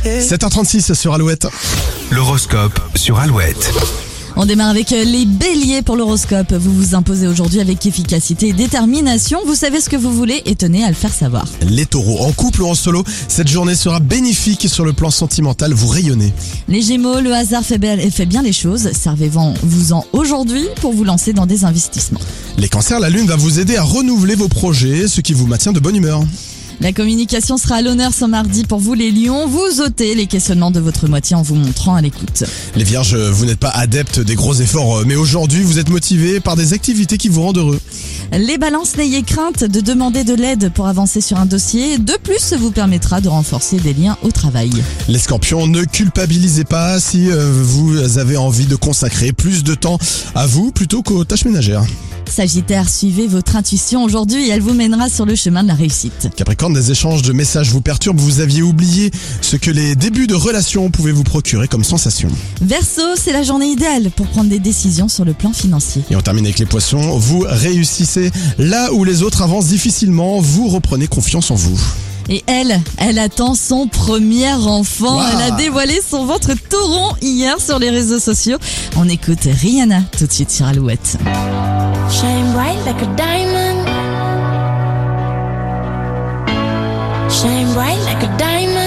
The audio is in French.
7h36 sur Alouette. L'horoscope sur Alouette. On démarre avec les béliers pour l'horoscope. Vous vous imposez aujourd'hui avec efficacité et détermination. Vous savez ce que vous voulez et tenez à le faire savoir. Les taureaux, en couple ou en solo, cette journée sera bénéfique sur le plan sentimental, vous rayonnez. Les gémeaux, le hasard fait bien les choses. Servez-vous-en aujourd'hui pour vous lancer dans des investissements. Les cancers, la lune va vous aider à renouveler vos projets, ce qui vous maintient de bonne humeur. La communication sera à l'honneur ce mardi pour vous les lions. Vous ôtez les questionnements de votre moitié en vous montrant à l'écoute. Les vierges, vous n'êtes pas adeptes des gros efforts, mais aujourd'hui vous êtes motivés par des activités qui vous rendent heureux. Les balances, n'ayez crainte de demander de l'aide pour avancer sur un dossier. De plus, ça vous permettra de renforcer des liens au travail. Les scorpions, ne culpabilisez pas si vous avez envie de consacrer plus de temps à vous plutôt qu'aux tâches ménagères. Sagittaire, suivez votre intuition aujourd'hui et elle vous mènera sur le chemin de la réussite. Capricorne, des échanges de messages vous perturbent, vous aviez oublié ce que les débuts de relation pouvaient vous procurer comme sensation. Verseau, c'est la journée idéale pour prendre des décisions sur le plan financier. Et on termine avec les poissons, vous réussissez là où les autres avancent difficilement, vous reprenez confiance en vous. Et elle attend son premier enfant. Wow. Elle a dévoilé son ventre tout rond hier sur les réseaux sociaux. On écoute Rihanna tout de suite sur Alouette. Shine bright like a diamond. Shine bright like a diamond.